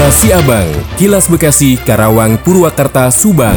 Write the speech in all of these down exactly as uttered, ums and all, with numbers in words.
Kilas Siabang, Kilas Bekasi, Karawang, Purwakarta, Subang.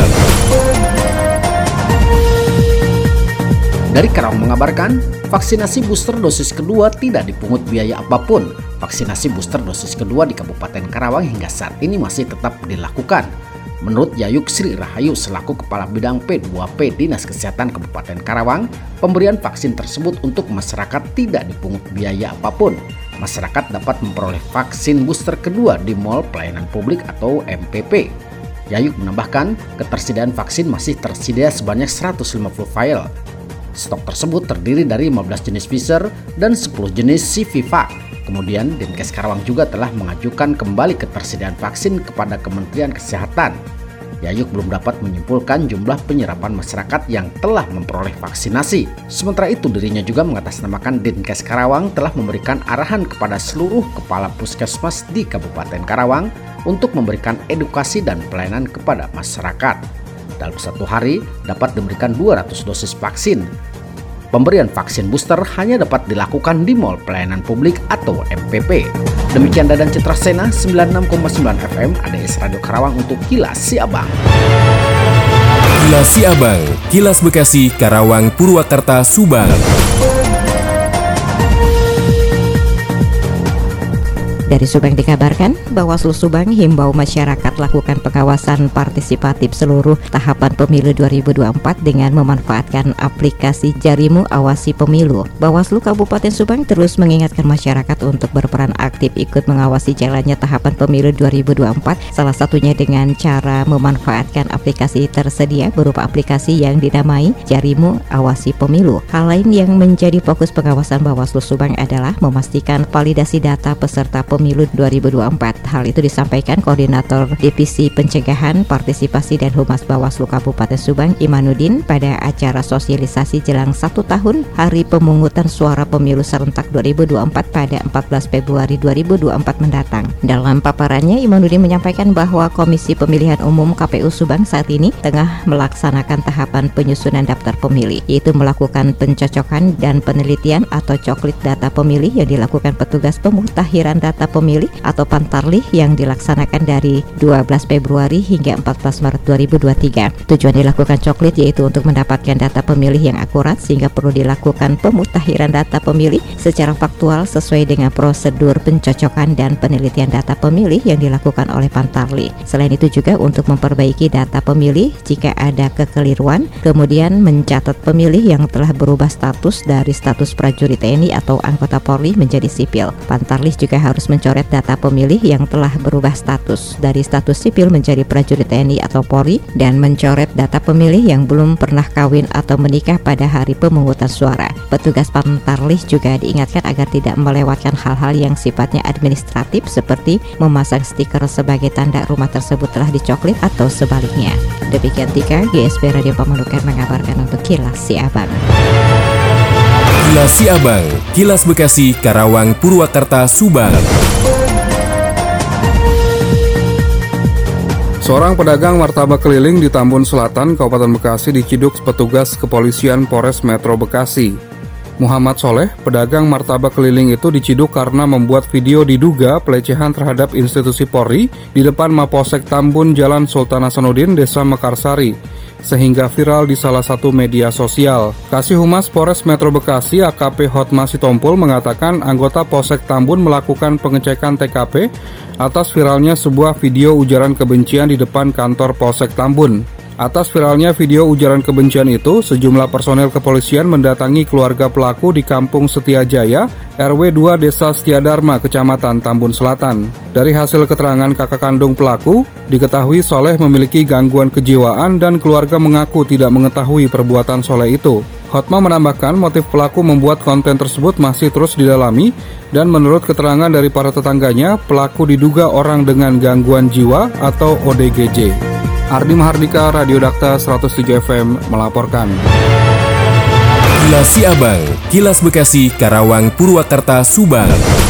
Dari Karawang mengabarkan, vaksinasi booster dosis kedua tidak dipungut biaya apapun. Vaksinasi booster dosis kedua di Kabupaten Karawang hingga saat ini masih tetap dilakukan. Menurut Yayuk Sri Rahayu selaku Kepala Bidang P dua P Dinas Kesehatan Kabupaten Karawang, pemberian vaksin tersebut untuk masyarakat tidak dipungut biaya apapun. Masyarakat dapat memperoleh vaksin booster kedua di Mall Pelayanan Publik atau M P P. Yayuk menambahkan, ketersediaan vaksin masih tersedia sebanyak seratus lima puluh vial. Stok tersebut terdiri dari lima belas jenis Pfizer dan sepuluh jenis Sinovac. Kemudian, Dinkes Karawang juga telah mengajukan kembali ketersediaan vaksin kepada Kementerian Kesehatan. Yayuk belum dapat menyimpulkan jumlah penyerapan masyarakat yang telah memperoleh vaksinasi. Sementara itu, dirinya juga mengatasnamakan Dinkes Karawang telah memberikan arahan kepada seluruh kepala puskesmas di Kabupaten Karawang untuk memberikan edukasi dan pelayanan kepada masyarakat. Dalam satu hari dapat diberikan dua ratus dosis vaksin. Pemberian vaksin booster hanya dapat dilakukan di Mall Pelayanan Publik atau M P P. Demikian Dadan Citra Sena sembilan puluh enam koma sembilan F M A D S Radio Karawang untuk Kilas Siabang. Kilas Siabang, Kilas Bekasi, Karawang, Purwakarta, Subang. Dari Subang dikabarkan, Bawaslu Subang himbau masyarakat lakukan pengawasan partisipatif seluruh tahapan pemilu dua ribu dua puluh empat dengan memanfaatkan aplikasi Jarimu Awasi Pemilu. Bawaslu Kabupaten Subang terus mengingatkan masyarakat untuk berperan aktif ikut mengawasi jalannya tahapan pemilu dua ribu dua puluh empat, salah satunya dengan cara memanfaatkan aplikasi tersedia berupa aplikasi yang dinamai Jarimu Awasi Pemilu. Hal lain yang menjadi fokus pengawasan Bawaslu Subang adalah memastikan validasi data peserta pemilu Pemilu dua ribu dua puluh empat. Hal itu disampaikan Koordinator Divisi Pencegahan, Partisipasi dan Humas Bawaslu Kabupaten Subang, Imanuddin, pada acara sosialisasi jelang satu tahun Hari Pemungutan Suara Pemilu Serentak dua ribu dua puluh empat pada empat belas Februari dua ribu dua puluh empat mendatang. Dalam paparannya, Imanuddin menyampaikan bahwa Komisi Pemilihan Umum K P U Subang saat ini tengah melaksanakan tahapan penyusunan daftar pemilih, yaitu melakukan pencocokan dan penelitian atau coklit data pemilih yang dilakukan petugas pemutakhiran data pemilih atau Pantarlih yang dilaksanakan dari dua belas Februari hingga empat belas Maret dua ribu dua puluh tiga. Tujuan dilakukan coklit yaitu untuk mendapatkan data pemilih yang akurat, sehingga perlu dilakukan pemutakhiran data pemilih secara faktual sesuai dengan prosedur pencocokan dan penelitian data pemilih yang dilakukan oleh Pantarlih. Selain itu juga untuk memperbaiki data pemilih jika ada kekeliruan, kemudian mencatat pemilih yang telah berubah status dari status prajurit T N I atau anggota Polri menjadi sipil. Pantarlih juga harus mencoret data pemilih yang telah berubah status dari status sipil menjadi prajurit T N I atau Polri, dan mencoret data pemilih yang belum pernah kawin atau menikah pada hari pemungutan suara. Petugas Pantarlih juga diingatkan agar tidak melewatkan hal-hal yang sifatnya administratif seperti memasang stiker sebagai tanda rumah tersebut telah dicoklit atau sebaliknya. Demikian Tika, G S P Radio Pamanukan mengabarkan untuk Kilas Siabang. Kilas Siabang, Kilas Bekasi, Karawang, Purwakarta, Subang. Seorang pedagang martabak keliling di Tambun Selatan, Kabupaten Bekasi diciduk petugas kepolisian Polres Metro Bekasi. Muhammad Soleh, pedagang martabak keliling itu diciduk karena membuat video diduga pelecehan terhadap institusi Polri di depan Mapolsek Tambun Jalan Sultan Hasanuddin, Desa Mekarsari, sehingga viral di salah satu media sosial. Kasih Humas Polres Metro Bekasi A K P Hotma Sitompul mengatakan anggota Polsek Tambun melakukan pengecekan T K P atas viralnya sebuah video ujaran kebencian di depan kantor Polsek Tambun. Atas viralnya video ujaran kebencian itu, sejumlah personel kepolisian mendatangi keluarga pelaku di Kampung Setiajaya, R W dua Desa Setiadharma, Kecamatan Tambun Selatan. Dari hasil keterangan kakak kandung pelaku, diketahui Soleh memiliki gangguan kejiwaan dan keluarga mengaku tidak mengetahui perbuatan Soleh itu. Hotma menambahkan motif pelaku membuat konten tersebut masih terus didalami, dan menurut keterangan dari para tetangganya, pelaku diduga orang dengan gangguan jiwa atau O D G J. Ardi Mahardika, Radio Dakta seratus tujuh F M melaporkan. Kilas Siabang, Kilas Bekasi, Karawang, Purwakarta, Subang.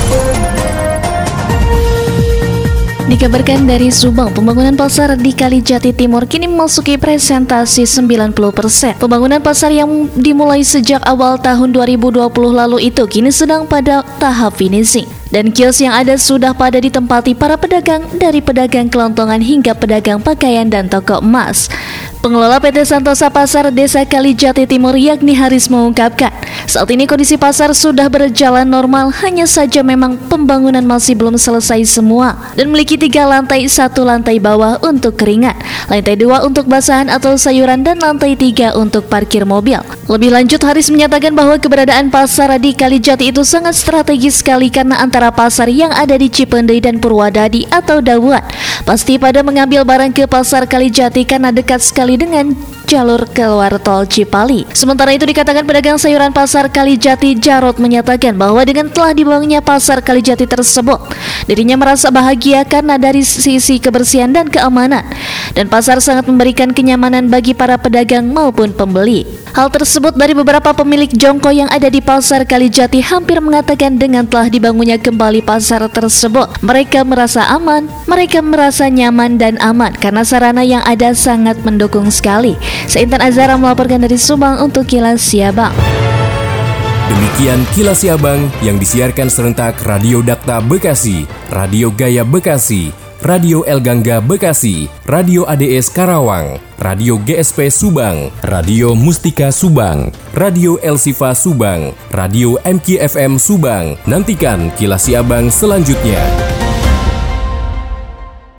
Dikabarkan dari Subang, pembangunan pasar di Kalijati Timur kini memasuki presentasi sembilan puluh persen. Pembangunan pasar yang dimulai sejak awal tahun dua ribu dua puluh lalu itu kini sedang pada tahap finishing. Dan kios yang ada sudah pada ditempati para pedagang, dari pedagang kelontongan hingga pedagang pakaian dan toko emas. Pengelola P T Santosa Pasar Desa Kalijati Timur yakni Haris mengungkapkan, saat ini kondisi pasar sudah berjalan normal, hanya saja memang pembangunan masih belum selesai semua dan memiliki tiga lantai, satu lantai bawah untuk keringat, lantai dua untuk basahan atau sayuran, dan lantai tiga untuk parkir mobil. Lebih lanjut, Haris menyatakan bahwa keberadaan pasar di Kalijati itu sangat strategis sekali karena antara pasar yang ada di Cipendei dan Purwadadi atau Dawuan pasti pada mengambil barang ke pasar Kalijati karena dekat sekali dengan jalur keluar tol Cipali. Sementara itu dikatakan pedagang sayuran pasar Kalijati Jarot menyatakan bahwa dengan telah dibangunnya pasar Kalijati tersebut, dirinya merasa bahagia karena dari sisi kebersihan dan keamanan, dan pasar sangat memberikan kenyamanan bagi para pedagang maupun pembeli. Hal tersebut dari beberapa pemilik jongko yang ada di pasar Kalijati hampir mengatakan dengan telah dibangunnya kembali pasar tersebut, mereka merasa aman, mereka merasa nyaman dan aman karena sarana yang ada sangat mendukung sekali. Saya Intan Azhara melaporkan dari Subang untuk Kilas Siabang. Demikian Kilas Siabang yang disiarkan serentak Radio Dakta Bekasi, Radio Gaya Bekasi, Radio El Gangga Bekasi, Radio A D S Karawang, Radio G S P Subang, Radio Mustika Subang, Radio El Sifa Subang, Radio M K F M Subang. Nantikan Kilas Siabang selanjutnya.